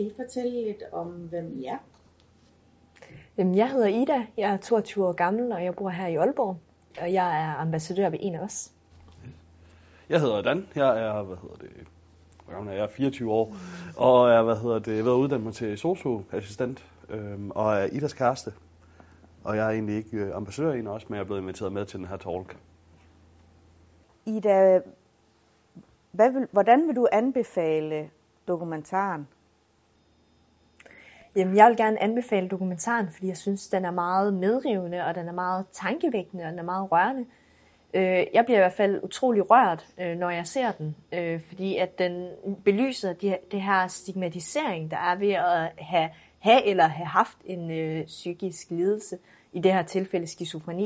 Kan I fortælle lidt om, hvem I er? Jeg hedder Ida, jeg er 22 år gammel, og jeg bor her i Aalborg, og jeg er ambassadør ved En af os. Jeg hedder Dan, jeg er, jeg er 24 år, og er, ved at uddanne mig til sosu-assistent, og er Idas kæreste. Og jeg er egentlig ikke ambassadør en også, men jeg er blevet inviteret med til den her talk. Ida, hvordan vil du anbefale dokumentaren? Jamen, jeg vil gerne anbefale dokumentaren, fordi jeg synes, den er meget medrivende, og den er meget tankevækkende, og den er meget rørende. Jeg bliver i hvert fald utrolig rørt, når jeg ser den, fordi at den belyser det her stigmatisering, der er ved at have eller have haft en psykisk lidelse, i det her tilfælde skizofreni.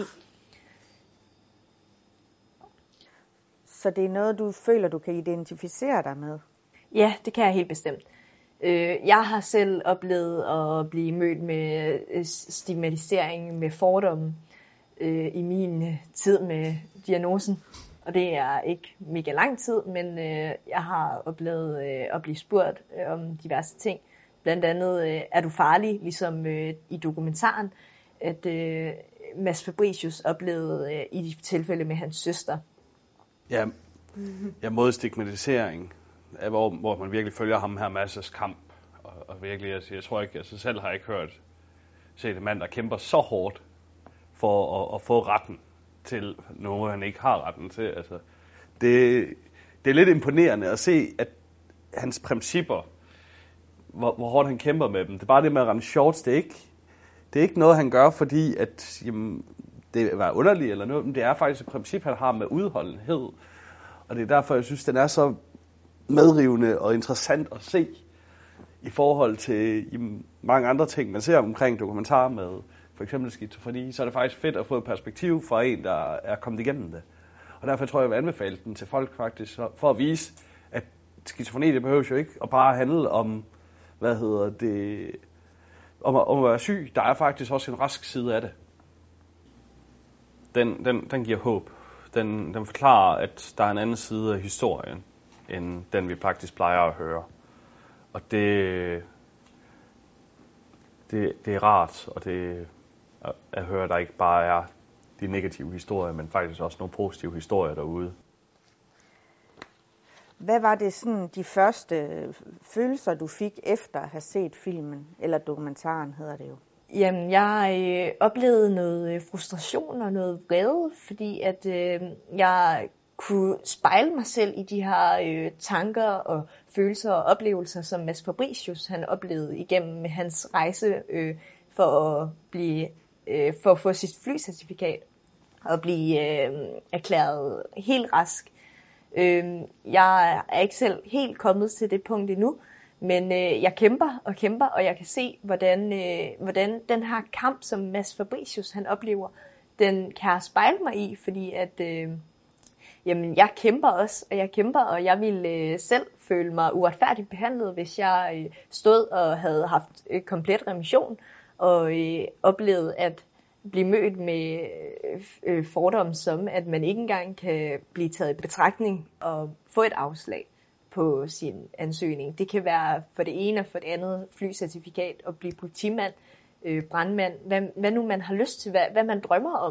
Så det er noget, du føler, du kan identificere dig med? Ja, det kan jeg helt bestemt. Jeg har selv oplevet at blive mødt med stigmatisering, med fordomme i min tid med diagnosen. Og det er ikke mega lang tid, men jeg har oplevet at blive spurgt om diverse ting. Blandt andet, er du farlig, ligesom i dokumentaren, at Mads Fabricius oplevede i de tilfælde med hans søster. Ja, mod stigmatisering, hvor man virkelig følger ham her Mads' kamp. Og virkelig, jeg tror ikke, jeg selv har ikke set en mand, der kæmper så hårdt for at få retten til noget, han ikke har retten til. Altså, det er lidt imponerende at se, at hans principper, hvor hårdt han kæmper med dem, det er bare det med at ramme shorts, det er ikke noget, han gør, fordi at, det var underligt eller noget, men det er faktisk et princip, han har med udholdenhed. Og det er derfor, jeg synes, den er så medrivende og interessant at se i forhold til mange andre ting, man ser omkring dokumentar med for eksempel skizofreni, så er det faktisk fedt at få et perspektiv fra en, der er kommet igennem det. Og derfor tror jeg vil anbefale den til folk faktisk, for at vise, at skizofreni, det behøver jo ikke at bare handle om, om at være syg. Der er faktisk også en rask side af det. Den giver håb. Den forklarer, at der er en anden side af historien, end den vi faktisk plejer at høre. Og det er rart, og det at høre, at der ikke bare er de negative historier, men faktisk også nogle positive historier derude. Hvad var det sådan de første følelser, du fik efter at have set filmen, eller dokumentaren hedder det jo? Jamen, jeg oplevede noget frustration og noget vrede, fordi at jeg kunne spejle mig selv i de her tanker og følelser og oplevelser, som Mads Fabricius han oplevede igennem hans rejse for at få sit flycertifikat og blive erklæret helt rask. Jeg er ikke selv helt kommet til det punkt endnu, men jeg kæmper, og jeg kan se, hvordan den her kamp, som Mads Fabricius han oplever, den kan jeg spejle mig i, fordi at jeg kæmper også, og jeg ville selv føle mig uretfærdigt behandlet, hvis jeg stod og havde haft komplet remission, og oplevede at blive mødt med fordomme som, at man ikke engang kan blive taget i betragtning og få et afslag på sin ansøgning. Det kan være for det ene og for det andet flycertifikat, at blive politimand, brandmand, hvad nu man har lyst til, hvad man drømmer om.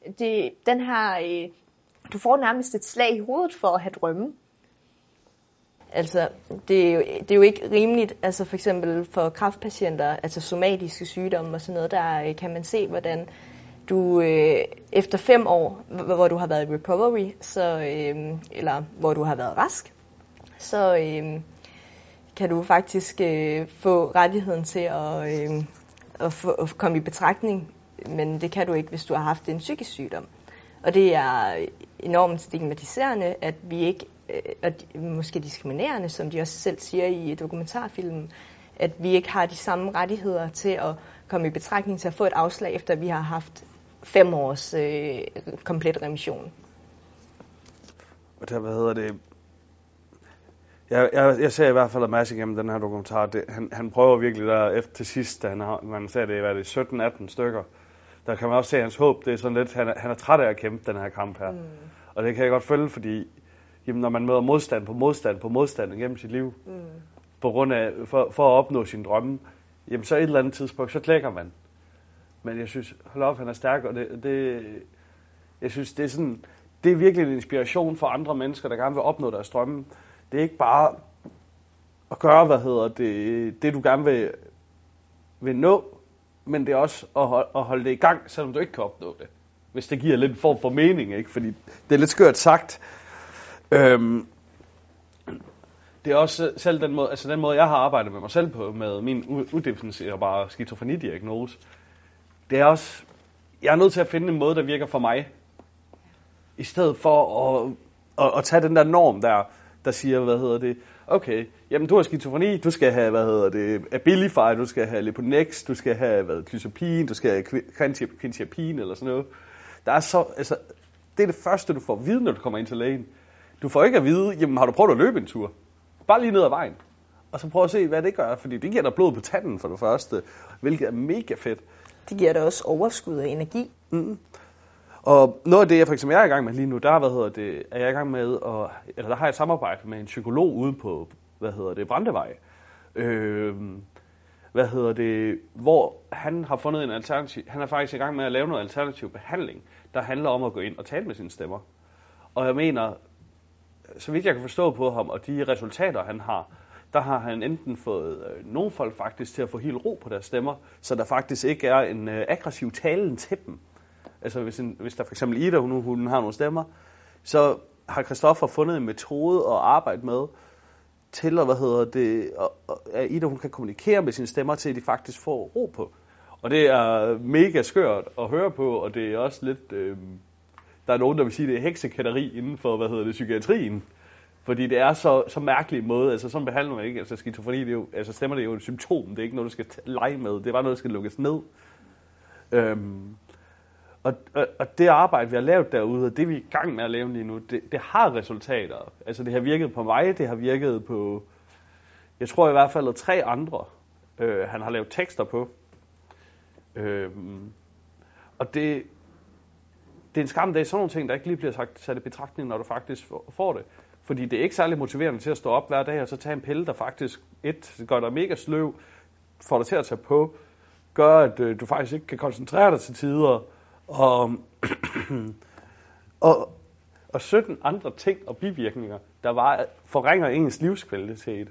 Du får nærmest et slag i hovedet for at have drømme. Altså, det er jo ikke rimeligt, altså for eksempel for kræftpatienter, altså somatiske sygdomme og sådan noget, der kan man se, hvordan du efter 5 år, hvor du har været i recovery, eller hvor du har været rask, så kan du faktisk få rettigheden til at komme i betragtning, men det kan du ikke, hvis du har haft en psykisk sygdom. Og det er enormt stigmatiserende, at vi ikke, og måske diskriminerende, som de også selv siger i dokumentarfilmen, at vi ikke har de samme rettigheder til at komme i betragtning til at få et afslag, efter vi har haft 5 års komplet remission. Og der, Jeg ser i hvert fald, at Mads igennem den her dokumentar, han prøver virkelig der efter til sidst, da man ser det, 17-18 stykker. Der kan man også se hans håb. Det er sådan lidt, han er træt af at kæmpe den her kamp her. Og det kan jeg godt følge, fordi når man møder modstand på modstand igennem sit liv, på grund af, for at opnå sine drømme, jamen så et eller andet tidspunkt, så klækker man. Men jeg synes, hold op, han er stærk, og jeg synes, det er sådan, det er virkelig en inspiration for andre mennesker, der gerne vil opnå deres drømme. Det er ikke bare at gøre, det du gerne vil nå, men det er også at holde det i gang, selvom du ikke kan opnå det. Hvis det giver lidt form for mening, ikke? Fordi det er lidt skørt sagt. Det er også selv den måde, jeg har arbejdet med mig selv på, med min udifferentierbare skizofrenidiagnose. Det er også, jeg er nødt til at finde en måde, der virker for mig. I stedet for at tage den der norm der siger, okay, jamen du har skizofreni, du skal have, Abilify, du skal have Leponex, du skal have, Clozapine, du skal have Quetiapine eller sådan noget. Der er så, det er det første, du får at vide, når du kommer ind til lægen. Du får ikke at vide, jamen har du prøvet at løbe en tur? Bare lige ned ad vejen. Og så prøv at se, hvad det gør, fordi det giver dig blod på tanden for det første, hvilket er mega fedt. Det giver dig også overskud af energi. Mm. Og noget af det, jeg for eksempel er i gang med lige nu, der er jeg i gang med, der har jeg et samarbejde med en psykolog ude på, Brandevej. Hvor han har fundet en alternativ, han er faktisk i gang med at lave noget alternativ behandling, der handler om at gå ind og tale med sine stemmer. Og jeg mener, så vidt jeg kan forstå på ham, og de resultater han har, der har han enten fået nogle folk faktisk til at få helt ro på deres stemmer, så der faktisk ikke er en aggressiv talen til dem. Altså hvis der for eksempel Ida, hun har nogle stemmer, så har Christoffer fundet en metode at arbejde med, til at Ida hun kan kommunikere med sine stemmer til, at de faktisk får ro på. Og det er mega skørt at høre på, og det er også lidt, der er nogen, der vil sige, det er heksekætteri inden for, psykiatrien. Fordi det er så mærkelig måde, altså sådan behandler man ikke, altså skizofreni, det er jo, altså stemmer det er jo et symptom, det er ikke noget, du skal lege med, det er bare noget, der skal lukkes ned. Og det arbejde, vi har lavet derude, og det vi er i gang med at lave lige nu, det har resultater. Altså det har virket på mig, det har virket på, jeg tror i hvert fald 3 andre, han har lavet tekster på. Og det er en skam, det er sådan nogle ting, der ikke lige bliver sat i betragtning, når du faktisk får det. Fordi det er ikke særlig motiverende til at stå op hver dag og så tage en pille, der faktisk gør dig mega sløv, får dig til at tage på, gør, at du faktisk ikke kan koncentrere dig til tider, og 17 andre ting og bivirkninger, der forringer ens livskvalitet.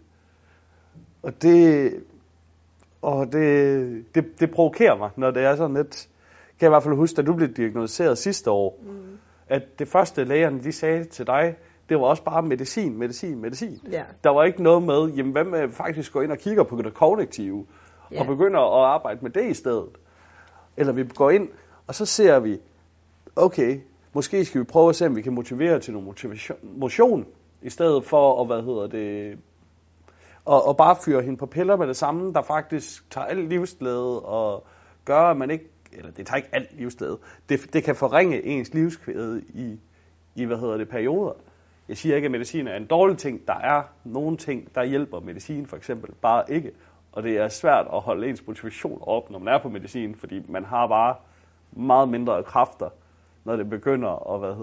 Og det provokerer mig, når det er sådan lidt, kan jeg i hvert fald huske, da du blev diagnosticeret sidste år, at det første lægerne, de sagde til dig, det var også bare medicin. Ja. Der var ikke noget med, jamen hvad med faktisk gå ind og kigger på det kognitive, og begynder at arbejde med det i stedet. Eller vi går ind, og så ser vi, okay, måske skal vi prøve at se, om vi kan motivere til noget motion, i stedet for at, og bare fyre hende på piller med det samme, der faktisk tager al livsglæde og gør, at man ikke, eller det tager ikke al livsglæde, det kan forringe ens livsglæde i perioder. Jeg siger ikke, at medicin er en dårlig ting. Der er nogle ting, der hjælper medicin, for eksempel, bare ikke. Og det er svært at holde ens motivation op, når man er på medicin, fordi man har bare meget mindre kræfter, når det begynder at,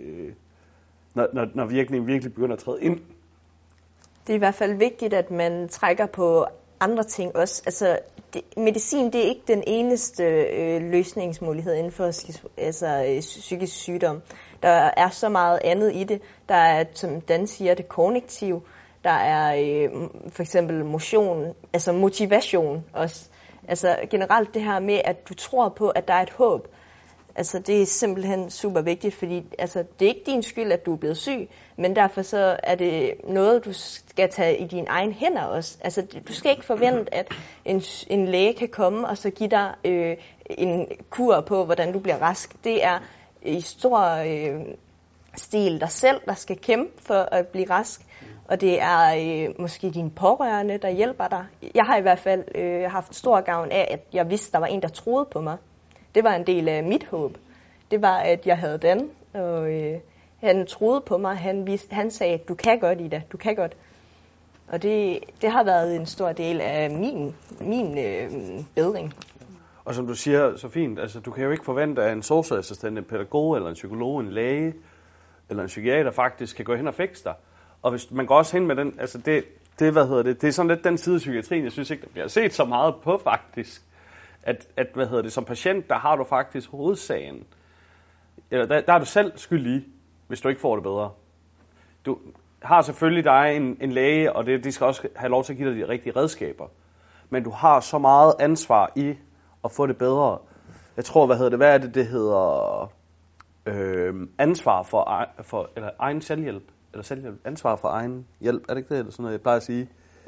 når virkningen virkelig begynder at træde ind. Det er i hvert fald vigtigt, at man trækker på andre ting også. Altså, medicin, det er ikke den eneste løsningsmulighed inden for psykisk sygdom. Der er så meget andet i det. Der er, som Dan siger, det kognitiv. Der er for eksempel motion, altså motivation også. Altså generelt det her med, at du tror på, at der er et håb. Altså det er simpelthen super vigtigt, fordi altså, det er ikke din skyld, at du er blevet syg, men derfor så er det noget, du skal tage i dine egne hænder også. Altså du skal ikke forvente, at en læge kan komme og så give dig en kur på, hvordan du bliver rask. Det er i stor stil dig selv, der skal kæmpe for at blive rask. Og det er måske dine pårørende, der hjælper dig. Jeg har i hvert fald haft stor gavn af, at jeg vidste, der var en, der troede på mig. Det var en del af mit håb. Det var, at jeg havde Dan, og han troede på mig. Han sagde, du kan godt, Ida, du kan godt. Og det har været en stor del af min bedring. Og som du siger så fint, altså du kan jo ikke forvente, at en sosu-assistent, en pædagog, eller en psykolog, en læge, eller en psykiater faktisk kan gå hen og fikse dig. Og hvis man går også hen med den, altså det er sådan lidt den side af psykiatrien, jeg synes ikke, der bliver set så meget på faktisk. At som patient, der har du faktisk hovedsagen. Eller der er du selv skyldig, hvis du ikke får det bedre. Du har selvfølgelig dig en læge, og de skal også have lov til at give dig de rigtige redskaber. Men du har så meget ansvar i at få det bedre. Jeg tror, hvad er det hedder? Ansvar for eller egen selvhjælp. Eller selvhjælp. Ansvar for egen hjælp. Er det ikke det, eller sådan noget, jeg plejer at sige?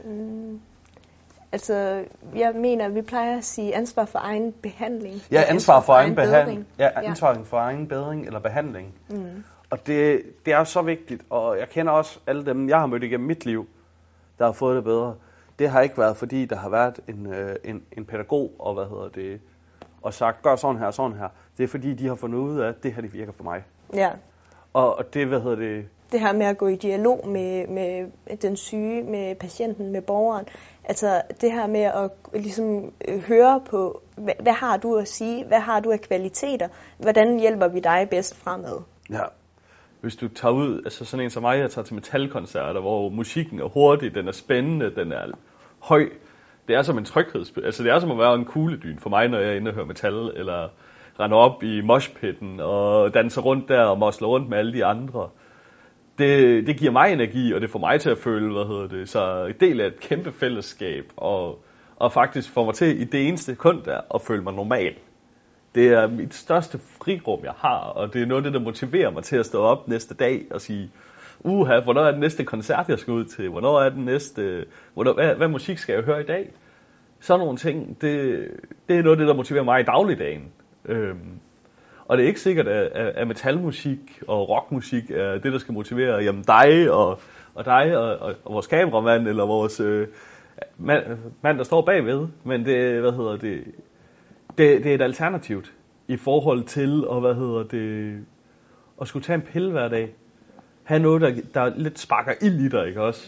Altså, jeg mener, vi plejer at sige ansvar for egen behandling. Ja, ansvar for egen behandling. Ja, ansvar for egen bedring eller behandling. Og det er så vigtigt, og jeg kender også alle dem, jeg har mødt igennem mit liv, der har fået det bedre. Det har ikke været, fordi der har været en pædagog og sagt, gør sådan her. Det er fordi, de har fundet ud af, at det her, det virker for mig. Ja. Og det, Det her med at gå i dialog med den syge, med patienten, med borgeren. Altså det her med at ligesom høre på, hvad har du at sige? Hvad har du af kvaliteter? Hvordan hjælper vi dig bedst fremad? Ja. Hvis du tager ud, altså sådan en som mig, jeg tager til metalkoncerter, hvor musikken er hurtig, den er spændende, den er høj. Det er som en tryghedsspil. Altså det er som at være en kugledyn for mig, når jeg er inde og hører metal, eller render op i moshpitten og danser rundt der og mosler rundt med alle de andre. Det giver mig energi, og det får mig til at føle, så en del af et kæmpe fællesskab, og faktisk får mig til i det eneste sekund der at føle mig normal. Det er mit største frirum, jeg har, og det er noget af det, der motiverer mig til at stå op næste dag og sige, hvornår er den næste koncert, jeg skal ud til? Hvornår er den næste? Hvad musik skal jeg høre i dag? Sådan nogle ting, det er noget af det, der motiverer mig i dagligdagen. Og det er ikke sikkert, at metalmusik og rockmusik er det, der skal motivere dig og dig og vores kameramand eller vores mand, der står bagved. Men det, det er et alternativt i forhold til at skulle tage en pille hver dag. Have noget, der lidt sparker ild i dig, ikke også?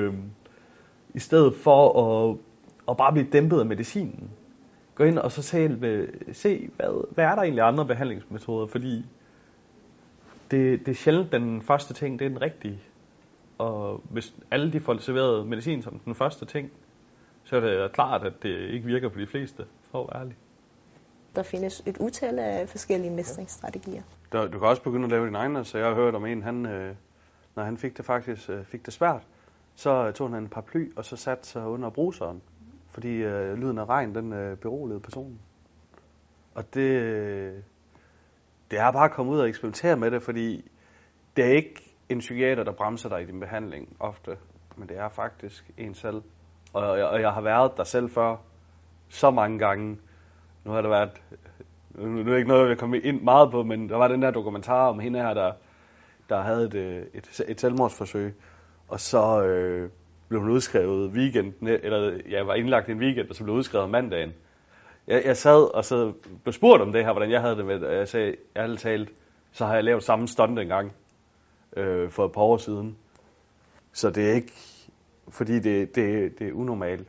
I stedet for at bare blive dæmpet af medicinen. Gå ind og så se, hvad er der egentlig andre behandlingsmetoder, fordi det er sjældent den første ting, det er den rigtige. Og hvis alle de får serveret medicin som den første ting, så er det klart, at det ikke virker på de fleste, for at være ærlig. Der findes et utal af forskellige mestringsstrategier. Du kan også begynde at lave din egen, så jeg har hørt om en, når han fik det svært, så tog han en paraply, og så satte sig under bruseren, fordi lyden af regn, den beroligede personen. Og det er bare at komme ud og eksperimentere med det, fordi det er ikke en psykiater, der bremser dig i din behandling ofte, men det er faktisk en selv. Og jeg har været der selv før så mange gange. Nu har der været, nu er det ikke noget, jeg kommer ind meget på, men der var den der dokumentar om hende her, der havde et selvmordsforsøg, og så blev hun udskrevet weekenden, eller jeg var indlagt en weekend, og så blev udskrevet mandagen. Jeg sad og så blev spurgt om det her, hvordan jeg havde det med det, og jeg sagde, ærligt talt, så har jeg lavet samme stunt engang for et par år siden. Så det er ikke, fordi det er unormalt.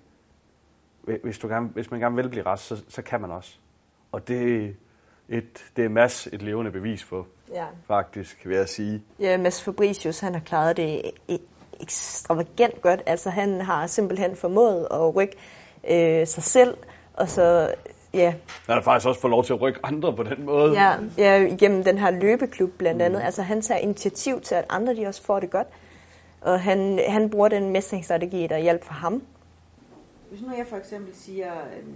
Hvis man gerne vil blive rask, så kan man også. Og det er Mads et levende bevis på, faktisk, vil jeg sige. Ja, Mads Fabricius, han har klaret det ekstravagant godt. Altså, han har simpelthen formået at rykke sig selv, og så, ja. Han har faktisk også fået lov til at rykke andre på den måde. Ja, igennem den her løbeklub blandt andet. Altså, han tager initiativ til, at andre de også får det godt. Og han bruger den mestringsstrategi, der hjælper for ham. Hvis nu jeg for eksempel siger,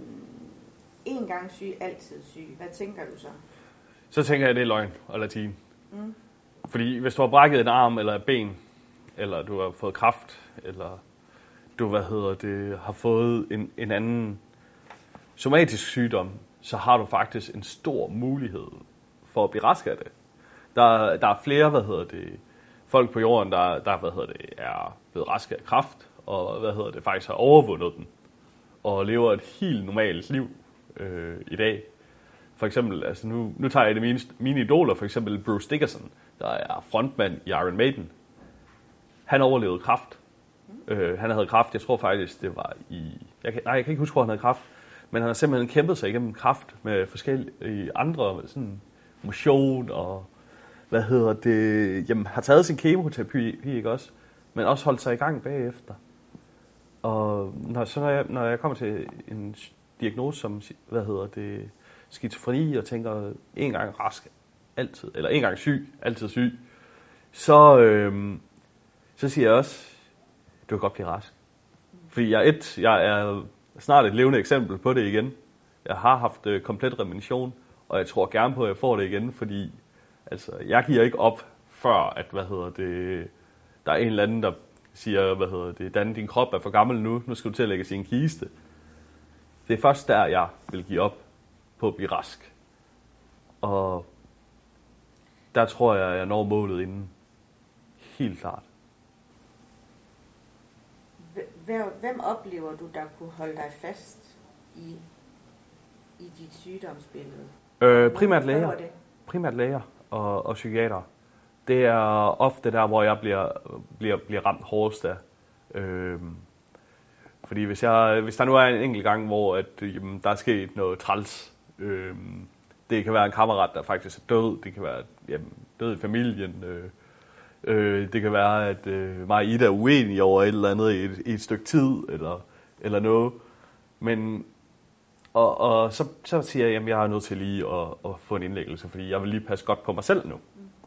en gang syg, altid syg, hvad tænker du så? Så tænker jeg, at det er løgn og latin. Fordi hvis du har brækket en arm eller et ben, eller du har fået kræft, eller du har fået en anden somatisk sygdom, så har du faktisk en stor mulighed for at blive rask af det. Der er flere, folk på jorden, der er blevet raske af kræft, og faktisk har overvundet den, og lever et helt normalt liv i dag. For eksempel, altså nu tager jeg mine idoler, for eksempel Bruce Dickinson, der er frontmand i Iron Maiden. Han overlevede kræft. Han havde kræft, jeg tror faktisk, det var jeg kan ikke huske, hvor han havde kræft, men han har simpelthen kæmpet sig igennem kræft med forskellige andre sådan motion og har taget sin kemoterapi, ikke også? men også holde sig i gang bagefter. Og når jeg kommer til en diagnose som, skizofreni, og tænker en gang rask, altid, eller en gang syg, altid syg, så siger jeg også, du kan godt blive rask. Fordi jeg er snart et levende eksempel på det igen. Jeg har haft komplet remission, og jeg tror gerne på, at jeg får det igen, fordi altså, jeg giver ikke op, før at, der er en eller anden, der siger, Dan, din krop er for gammel nu skal du til at lægge i en kiste. Det er først der, jeg vil give op på at blive rask. Og der tror jeg når målet inden. Helt klart. Hvem oplever du, der kunne holde dig fast i dit sygdomsbillede? Primært læger og psykiatere. Det er ofte der, hvor jeg bliver ramt hårdest af. Fordi hvis der nu er en enkelt gang, hvor der er sket noget træls, det kan være en kammerat, der faktisk er død, det kan være død i familien, det kan være, at mig og Ida er uenige over et eller andet i et stykke tid, eller noget. Men, og så siger jeg, at jeg er nødt til lige at få en indlæggelse, fordi jeg vil lige passe godt på mig selv nu.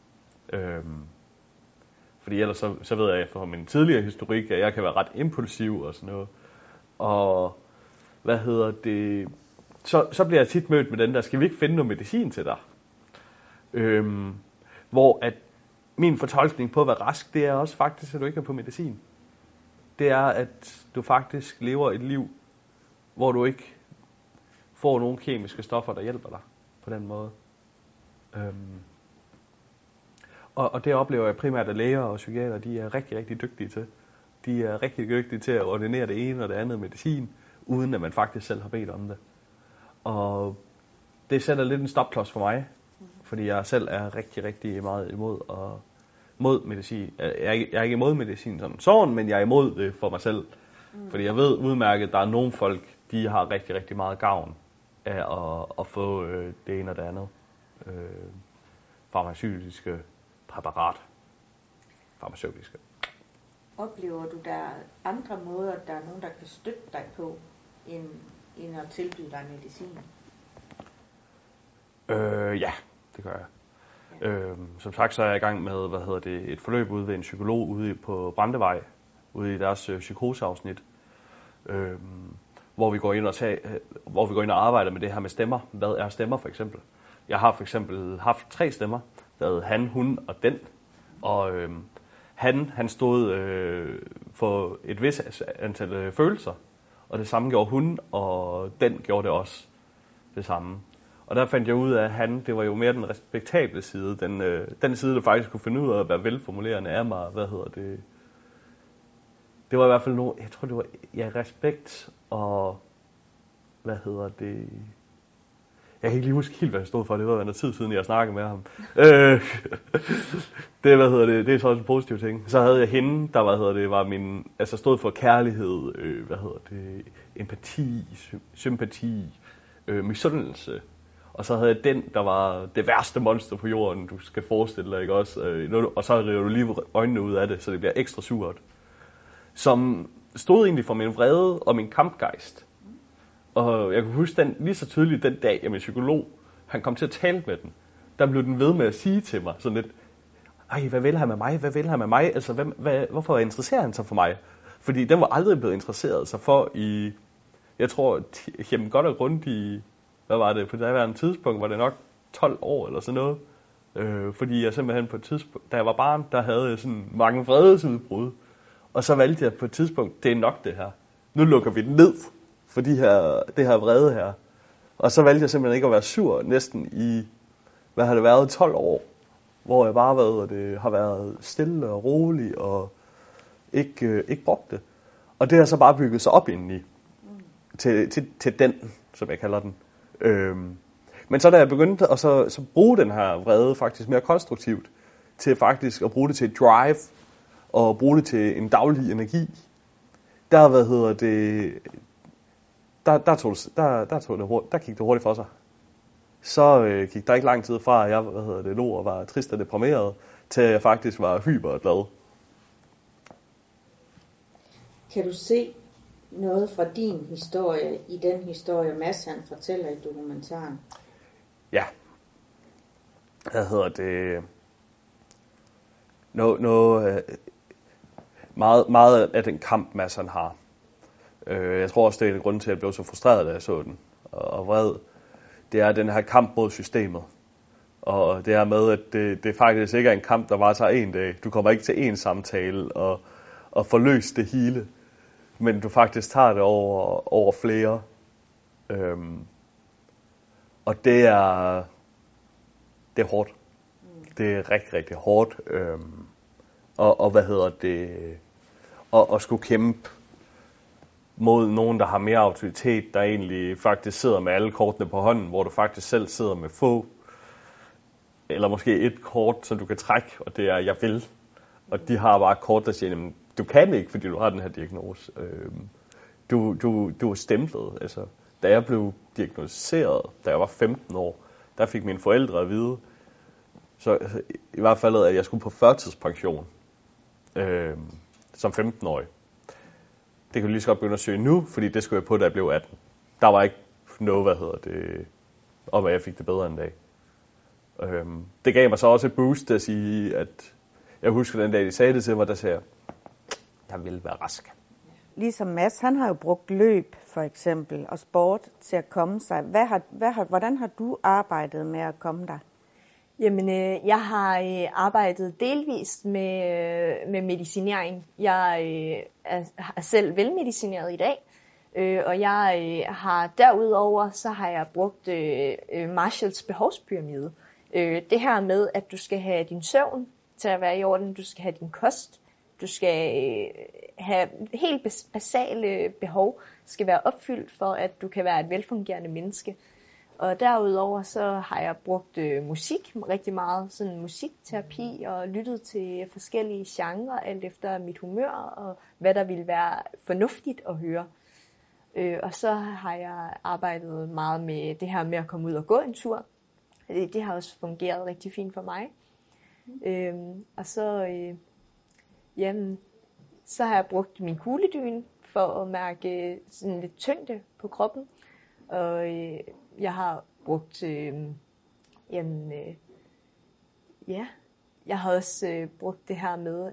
Fordi ellers så ved jeg fra min tidligere historik, at jeg kan være ret impulsiv og sådan noget. Og så bliver jeg tit mødt med den der, skal vi ikke finde noget medicin til dig? Hvor at min fortolkning på at være rask, det er også faktisk, at du ikke er på medicin. Det er, at du faktisk lever et liv, hvor du ikke får nogle kemiske stoffer, der hjælper dig på den måde. Og det oplever jeg primært, at læger og psykiater, de er rigtig, rigtig dygtige til. De er rigtig dygtige til at ordinere det ene og det andet medicin, uden at man faktisk selv har bedt om det. Og det sætter lidt en stopklods for mig, fordi jeg selv er rigtig, rigtig meget imod medicin. Jeg er ikke imod medicin som sådan, men jeg er imod det for mig selv. Fordi jeg ved udmærket, at der er nogle folk, de har rigtig, rigtig meget gavn af at få det ene og det andet farmaceutiske præparat. Farmaceutiske. Oplever du, der er andre måder, der er nogen, der kan støtte dig på, end at tilbyde dig medicin? Ja, det gør jeg. Ja. Som sagt, så er jeg i gang med et forløb ude ved en psykolog ude på Brandevej, ude i deres psykoseafsnit, hvor vi går ind og arbejder med det her med stemmer. Hvad er stemmer for eksempel? Jeg har for eksempel haft 3 stemmer, der hed han, hun og den. Og han stod for et vis antal følelser, og det samme gjorde hun, og den gjorde det også det samme. Og der fandt jeg ud af, at det var jo mere den respektable side, den side, der faktisk kunne finde ud af at være velformulerende af mig, det var i hvert fald noget, jeg tror det var, respekt og, jeg kan ikke lige huske helt, hvad jeg stod for, det var noget tid siden, jeg snakkede med ham. Det er så også en positiv ting. Så havde jeg hende, der var min, altså stod for kærlighed, empati, sympati, misundelse. Og så havde jeg den, der var det værste monster på jorden, du skal forestille dig, ikke også? Og så river du lige øjnene ud af det, så det bliver ekstra surt. Som stod egentlig for min vrede og min kampgejst. Og jeg kunne huske den lige så tydeligt den dag, at min psykolog, han kom til at tale med den. Der blev den ved med at sige til mig sådan lidt, hvad vil han med mig? Hvad vil han med mig? Altså, hvorfor interesserer han sig for mig? Fordi den var aldrig blevet interesseret sig for i, jeg tror, godt og grundigt i, hvad var det, på det daværende tidspunkt, var det nok 12 år eller sådan noget. Fordi jeg simpelthen på et tidspunkt, da jeg var barn, der havde jeg sådan mange vredesudbrud. Og så valgte jeg på et tidspunkt, det er nok det her. Nu lukker vi den ned for det her vrede her. Og så valgte jeg simpelthen ikke at være sur næsten i, hvad har det været, 12 år. Hvor jeg bare har været stille og rolig og ikke brugt det. Og det har så bare bygget sig op indeni. Til den, som jeg kalder den. Men så da jeg begyndte at så bruge den her vrede faktisk mere konstruktivt, til faktisk at bruge det til et drive, og bruge det til en daglig energi, der gik det hurtigt for sig. Så gik der ikke lang tid fra, at jeg lå og var trist og deprimeret, til jeg faktisk var hyperglad. Kan du se noget fra din historie i den historie, Mads han fortæller i dokumentaren? Ja. Hvad hedder det? Meget af den kamp, Mads han har. Jeg tror også, det er en grund til, at jeg blev så frustreret, da jeg så den. Og vred. Det er den her kamp mod systemet. Og det her med, at det faktisk ikke er en kamp, der varetager en dag. Du kommer ikke til en samtale og får løst det hele. Men du faktisk tager det over flere. Og det er hårdt. Det er rigtig, rigtig hårdt. Og hvad hedder det? Og skulle kæmpe mod nogen, der har mere autoritet, der egentlig faktisk sidder med alle kortene på hånden, hvor du faktisk selv sidder med få, eller måske et kort, som du kan trække, og det er, jeg vil. Og de har bare et kort, der siger, du kan ikke, fordi du har den her diagnose. Du er stemplet. Altså, da jeg blev diagnosticeret, da jeg var 15 år, der fik mine forældre at vide, så i hvert fald, at jeg skulle på førtidspension som 15-årig. Det kan du lige så godt begynde at søge nu, fordi det skulle jeg på, da jeg blev 18. Der var ikke noget, om at jeg fik det bedre en dag. Det gav mig så også et boost at sige, at jeg husker den dag, de sagde det til mig, der sagde jeg vil være rask. Ligesom Mads, han har jo brugt løb for eksempel og sport til at komme sig. Hvordan har du arbejdet med at komme der? Jamen, jeg har arbejdet delvist med medicinering. Jeg er selv velmedicineret i dag, og jeg har derudover, så har jeg brugt Marshalls behovspyramide. Det her med, at du skal have din søvn til at være i orden, du skal have din kost, du skal have helt basale behov, skal være opfyldt for, at du kan være et velfungerende menneske. Og derudover så har jeg brugt musik rigtig meget, sådan musikterapi, og lyttet til forskellige genrer, alt efter mit humør, og hvad der ville være fornuftigt at høre. Og så har jeg arbejdet meget med det her med at komme ud og gå en tur. Det har også fungeret rigtig fint for mig. Og så, så har jeg brugt min kugledyne for at mærke sådan lidt tyngde på kroppen. Og jeg har brugt, jeg har også brugt det her med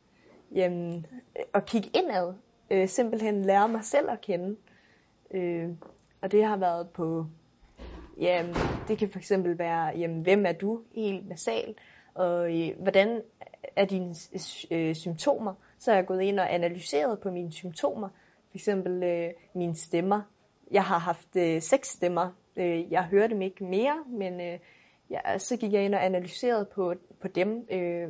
at kigge indad, simpelthen lære mig selv at kende. Og det har været på, det kan fx være, hvem er du helt basalt, og hvordan er dine symptomer. Så har jeg gået ind og analyseret på mine symptomer, fx mine stemmer. Jeg har haft 6 stemmer. Jeg hører dem ikke mere, men så gik jeg ind og analyserede på dem.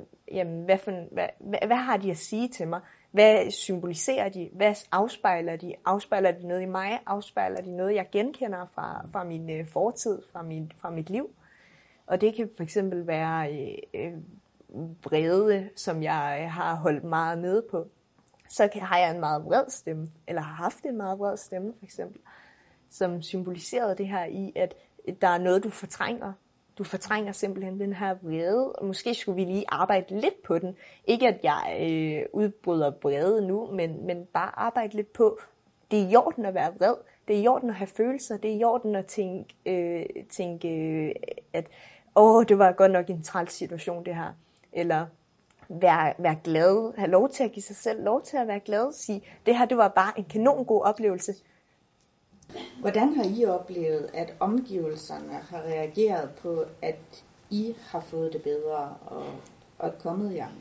Hvad har de at sige til mig? Hvad symboliserer de? Hvad afspejler de? Afspejler de noget i mig? Afspejler de noget, jeg genkender fra min fortid, fra mit liv? Og det kan fx være vrede, som jeg har holdt meget nede på. Så har jeg en meget vred stemme, eller har haft en meget vred stemme for eksempel, som symboliserede det her i, at der er noget, du fortrænger. Du fortrænger simpelthen den her vrede, og måske skulle vi lige arbejde lidt på den. Ikke at jeg udbryder vrede nu, men bare arbejde lidt på, det er i orden at være vred, det er i orden at have følelser, det er i orden at tænke at det var godt nok en træls situation det her. Eller være glad, have lov til at give sig selv lov til at være glad, sige, det her det var bare en kanon god oplevelse. Hvordan har I oplevet, at omgivelserne har reageret på, at I har fået det bedre og er kommet jer?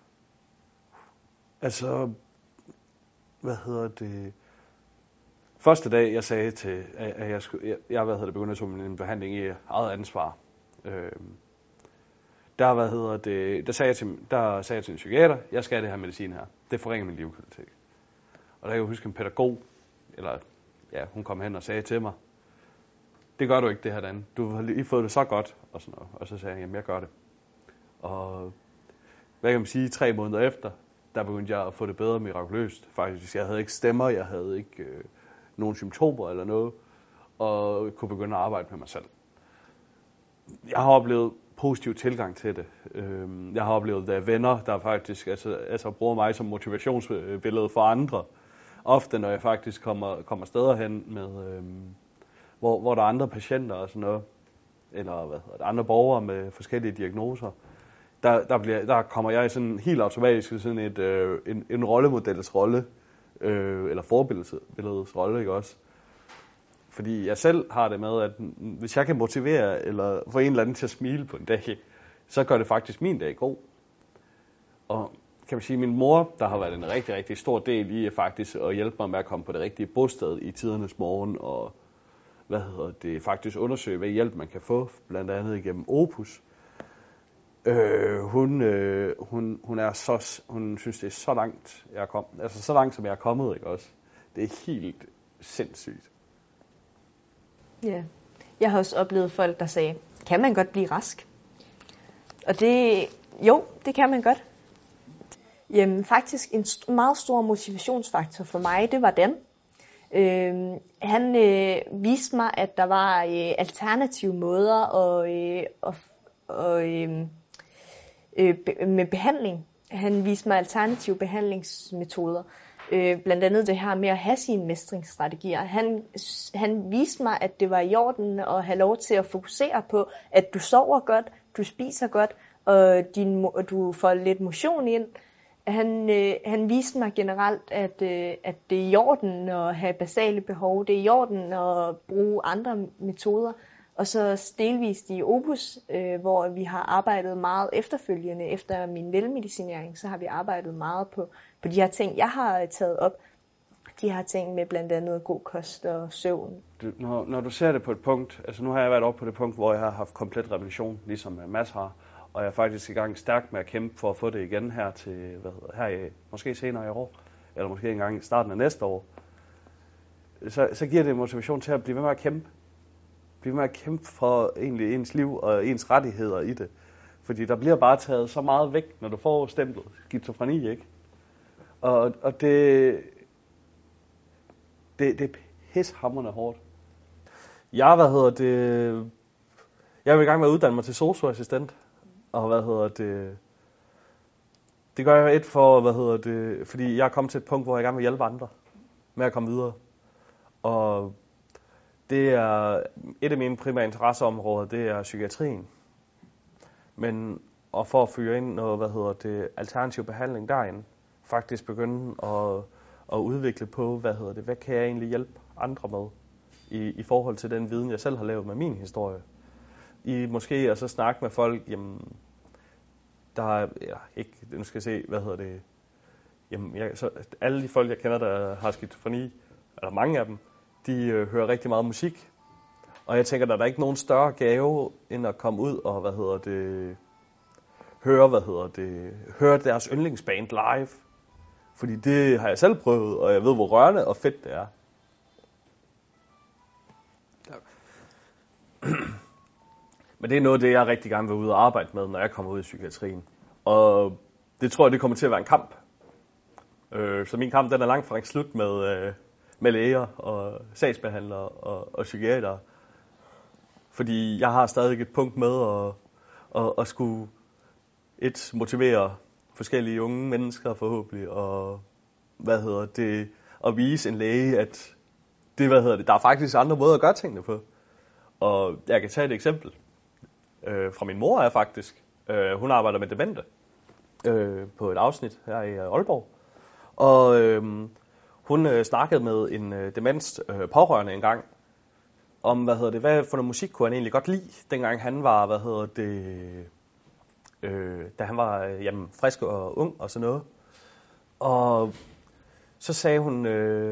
Altså, første dag, jeg sagde til, at jeg begyndte at tage en behandling i eget ansvar. Der sagde jeg til en psykiater, jeg skal have det her medicin her. Det forringer min livskvalitet. Og der kan jeg huske en pædagog, hun kom hen og sagde til mig, det gør du ikke det her, Dan. Du har lige fået det så godt, og sådan noget. Og så sagde jeg, jamen jeg gør det. Og hvad kan man sige, 3 måneder efter, der begyndte jeg at få det bedre mirakuløst. Faktisk, jeg havde ikke stemmer, jeg havde ikke nogen symptomer eller noget, og kunne begynde at arbejde med mig selv. Jeg har oplevet positiv tilgang til det. Jeg har oplevet, at venner, der faktisk bruger mig som motivationsbillede for andre, ofte når jeg faktisk kommer steder hen med, hvor der er andre patienter og sådan noget, eller andre borgere med forskellige diagnoser, der kommer jeg sådan helt automatisk i sådan en rollemodels rolle, eller forbilledets rolle, ikke også? Fordi jeg selv har det med, at hvis jeg kan motivere eller få en eller anden til at smile på en dag, så gør det faktisk min dag god. Og kan man sige, min mor, der har været en rigtig, rigtig stor del i faktisk at hjælpe mig med at komme på det rigtige bosted i tidernes morgen, og faktisk undersøge, hvad hjælp man kan få, blandt andet igennem Opus. Hun synes, det er så langt, jeg er kommet. Altså så langt, som jeg er kommet, ikke også? Det er helt sindssygt. Ja. Jeg har også oplevet folk, der sagde, kan man godt blive rask? Og det kan man godt. Jamen, faktisk en meget stor motivationsfaktor for mig, det var Dan. Han viste mig, at der var alternative måder med behandling. Han viste mig alternative behandlingsmetoder. Blandt andet det her med at have sine mestringsstrategier. Han viste mig, at det var i orden at have lov til at fokusere på, at du sover godt, du spiser godt, og du får lidt motion ind. Han viste mig generelt, at det er i orden at have basale behov, det er i orden at bruge andre metoder. Og så delvist i Opus, hvor vi har arbejdet meget efterfølgende efter min velmedicinering, så har vi arbejdet meget på de her ting, jeg har taget op. De her ting med blandt andet god kost og søvn. Når du ser det på et punkt, altså nu har jeg været oppe på det punkt, hvor jeg har haft komplet revision, ligesom Mads har, og jeg er faktisk i gang stærkt med at kæmpe for at få det igen her til, måske senere i år, eller måske engang i starten af næste år, så giver det motivation til at blive ved med at kæmpe. Blive ved med at kæmpe for egentlig ens liv og ens rettigheder i det. Fordi der bliver bare taget så meget væk, når du får stemplet skizofreni, ikke? Og det er pishamrende hårdt. Jeg vil i gang med at uddanne mig til sosu-assistent. Og det gør jeg fordi jeg er kommet til et punkt, hvor jeg gerne vil hjælpe andre med at komme videre. Og det er et af mine primære interesseområder, det er psykiatrien. Men og for at fyre ind noget, alternativ behandling derinde, faktisk begynde at udvikle på, hvad kan jeg egentlig hjælpe andre med i forhold til den viden, jeg selv har lavet med min historie. I måske at så snakke med folk, jamen, der er ikke, nu skal jeg se, jamen, så alle de folk, jeg kender, der har skizofreni, eller mange af dem, de hører rigtig meget musik. Og jeg tænker, der er ikke nogen større gave, end at komme ud og, høre deres yndlingsband live. Fordi det har jeg selv prøvet, og jeg ved, hvor rørende og fedt det er. Men det er noget af det, jeg rigtig gerne vil ud og arbejde med, når jeg kommer ud i psykiatrien. Og det tror jeg, det kommer til at være en kamp. Så min kamp, den er langt fra ikke slut med læger og sagsbehandlere og psykiatere. Fordi jeg har stadig et punkt med at skulle motivere forskellige unge mennesker forhåbentlig, og at vise en læge, at der er faktisk andre måder at gøre tingene på. Og jeg kan tage et eksempel fra min mor er faktisk. Hun arbejder med demente på et afsnit her i Aalborg. Og hun snakkede med en demens pårørende engang om, hvad for noget musik kunne han egentlig godt lide, dengang han var, da han var frisk og ung og sådan noget. Og så sagde hun,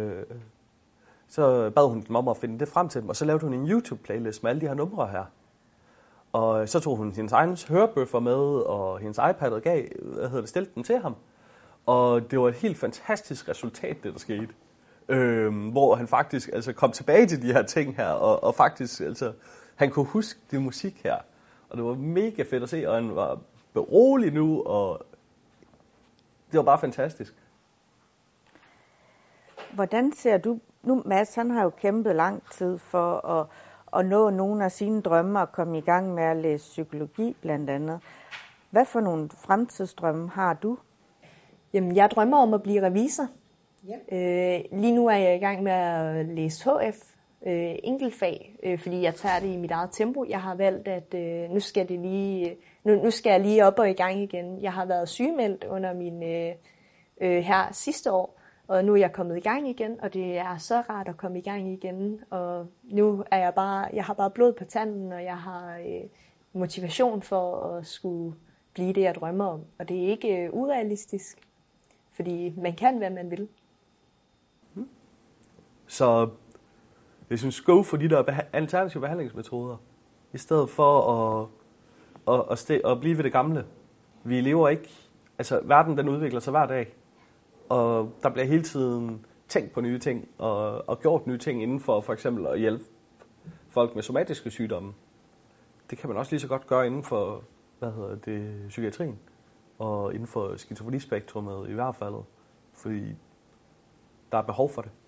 så bad hun dem om at finde det frem til dem, og så lavede hun en YouTube-playlist med alle de her numre her. Og så tog hun hendes egen hørebøffer med, og hendes iPad og gav, stillede dem til ham. Og det var et helt fantastisk resultat, det der skete. Hvor han faktisk kom tilbage til de her ting her, og faktisk han kunne huske det musik her. Og det var mega fedt at se, og han var berolig nu, og det var bare fantastisk. Hvordan ser du, nu Mads, han har jo kæmpet lang tid for at nå nogle af sine drømme og komme i gang med at læse psykologi blandt andet. Hvad for nogle fremtidsdrømme har du? Jamen, jeg drømmer om at blive revisor. Lige nu er jeg i gang med at læse HF, enkeltfag, fordi jeg tager det i mit eget tempo. Jeg har valgt, at nu skal jeg lige op og i gang igen. Jeg har været sygemeldt under min her sidste år, og nu er jeg kommet i gang igen, og det er så rart at komme i gang igen. Og nu er jeg har bare blod på tanden, og jeg har motivation for at skulle blive det, jeg drømmer om. Og det er ikke urealistisk, fordi man kan, hvad man vil. Så jeg synes, go for de der alternative behandlingsmetoder, i stedet for at blive ved det gamle. Vi lever ikke, altså verden den udvikler sig hver dag, og der bliver hele tiden tænkt på nye ting, og gjort nye ting inden for eksempel at hjælpe folk med somatiske sygdomme. Det kan man også lige så godt gøre inden for, psykiatrien, og inden for skizofrenispektrummet i hvert fald, fordi der er behov for det.